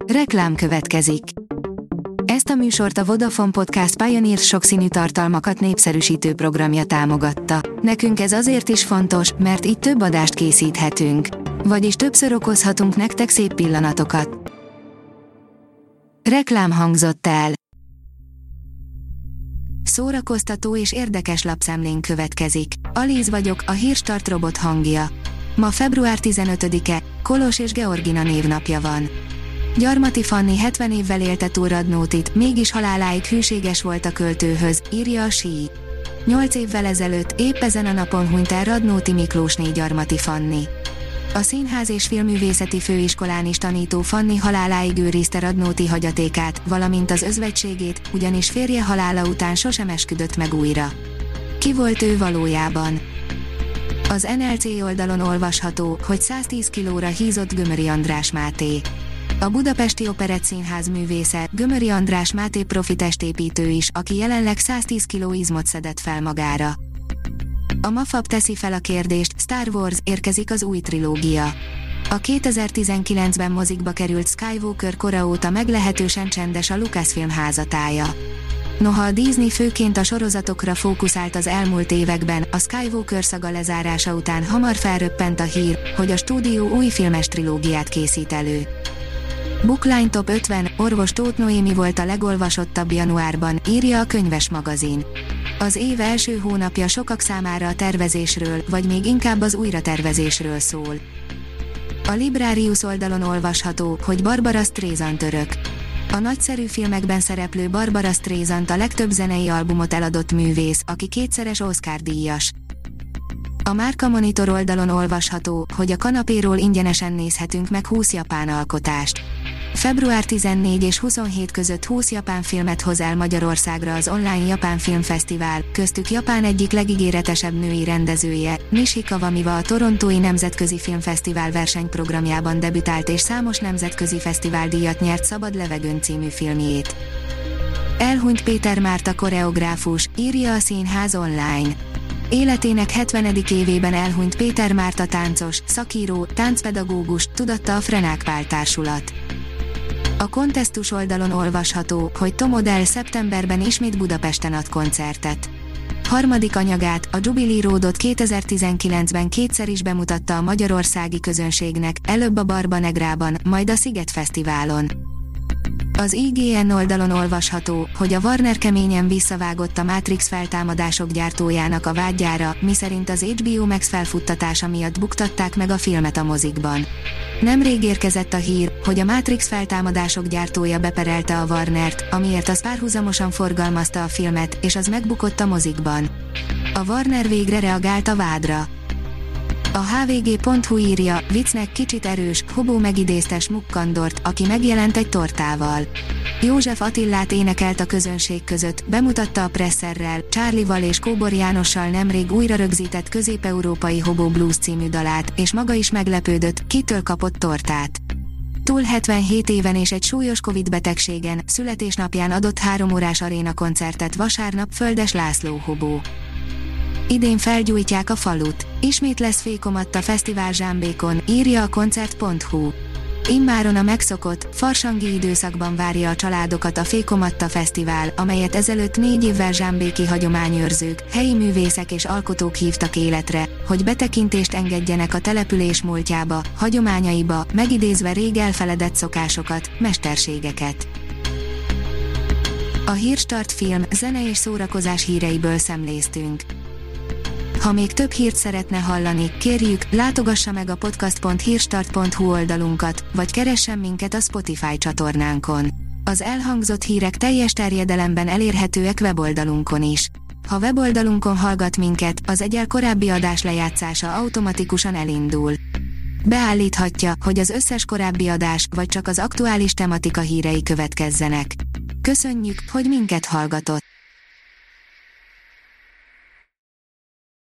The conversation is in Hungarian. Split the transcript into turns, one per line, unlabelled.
Reklám következik. Ezt a műsort a Vodafone Podcast Pioneer sokszínű tartalmakat népszerűsítő programja támogatta. Nekünk ez azért is fontos, mert így több adást készíthetünk. Vagyis többször okozhatunk nektek szép pillanatokat. Reklám hangzott el. Szórakoztató és érdekes lapszemlén következik. Alíz vagyok, a Hírstart robot hangja. Ma február 15-e, Kolos és Georgina névnapja van. Gyarmati Fanni 70 évvel élte túl Radnótit, mégis haláláig hűséges volt a költőhöz, írja a Sí. 8 évvel ezelőtt, épp ezen a napon hunyt el Radnóti Miklósné Gyarmati Fanni. A Színház és Filmművészeti Főiskolán is tanító Fanni haláláig őrizte Radnóti hagyatékát, valamint az özvegységét, ugyanis férje halála után sosem esküdött meg újra. Ki volt ő valójában? Az NLC oldalon olvasható, hogy 110 kilóra hízott Gömöri András Máté. A Budapesti Operettszínház művésze, Gömöri András Máté profi testépítő is, aki jelenleg 110 kg izmot szedett fel magára. A Mafab teszi fel a kérdést, Star Wars, érkezik az új trilógia. A 2019-ben mozikba került Skywalker kora óta meglehetősen csendes a Lucasfilm házatája. Noha a Disney főként a sorozatokra fókuszált az elmúlt években, a Skywalker szaga lezárása után hamar felröppent a hír, hogy a stúdió új filmes trilógiát készít elő. Bookline Top 50, orvos Tóth Noémi volt a legolvasottabb januárban, írja a Könyves magazin. Az év első hónapja sokak számára a tervezésről, vagy még inkább az újratervezésről szól. A Librarius oldalon olvasható, hogy Barbara Streisand török. A nagyszerű filmekben szereplő Barbara Streisand a legtöbb zenei albumot eladott művész, aki kétszeres Oscar-díjas. A Márka Monitor oldalon olvasható, hogy a kanapéról ingyenesen nézhetünk meg 20 japán alkotást. Február 14 és 27 között 20 japán filmet hoz el Magyarországra az online Japán Filmfesztivál, köztük Japán egyik legígéretesebb női rendezője, Nishi Kawamiwa a Torontói Nemzetközi Filmfesztivál versenyprogramjában debütált és számos nemzetközi fesztiváldíjat nyert Szabad levegőn című filmjét. Elhunyt Péter Márta koreográfus, írja a Színház online. Életének 70. évében elhunyt Péter Márta táncos, szakíró, táncpedagógus, tudatta a Frenák Pál társulat. A Kontesztus oldalon olvasható, hogy Tom Odell szeptemberben ismét Budapesten ad koncertet. Harmadik anyagát, a Jubilee Roadot 2019-ben kétszer is bemutatta a magyarországi közönségnek, előbb a Barba Negrában, majd a Sziget Fesztiválon. Az IGN oldalon olvasható, hogy a Warner keményen visszavágott a Matrix feltámadások gyártójának a vádjára, miszerint az HBO Max felfuttatása miatt buktatták meg a filmet a mozikban. Nemrég érkezett a hír, hogy a Matrix feltámadások gyártója beperelte a Warnert, amiért az párhuzamosan forgalmazta a filmet, és az megbukott a mozikban. A Warner végre reagált a vádra. A hvg.hu írja, viccnek kicsit erős, Hobó megidézte Smukkandort, aki megjelent egy tortával. József Attillát énekelt a közönség között, bemutatta a Presserrel, Charlie-val és Kóbor Jánossal nemrég újra rögzített közép-európai Hobó Blues című dalát, és maga is meglepődött, kitől kapott tortát. Túl 77 éven és egy súlyos Covid betegségen, születésnapján adott 3 órás aréna koncertet vasárnap Földes László Hobó. Idén felgyújtják a falut. Ismét lesz Fékomatta Fesztivál Zsámbékon, írja a koncert.hu. Immáron a megszokott, farsangi időszakban várja a családokat a Fékomatta Fesztivál, amelyet ezelőtt 4 évvel zsámbéki hagyományőrzők, helyi művészek és alkotók hívtak életre, hogy betekintést engedjenek a település múltjába, hagyományaiba, megidézve rég elfeledett szokásokat, mesterségeket. A Hírstart film, zene és szórakozás híreiből szemléztünk. Ha még több hírt szeretne hallani, kérjük, látogassa meg a podcast.hírstart.hu oldalunkat, vagy keressen minket a Spotify csatornánkon. Az elhangzott hírek teljes terjedelemben elérhetőek weboldalunkon is. Ha weboldalunkon hallgat minket, az egyel korábbi adás lejátszása automatikusan elindul. Beállíthatja, hogy az összes korábbi adás, vagy csak az aktuális tematika hírei következzenek. Köszönjük, hogy minket hallgatott!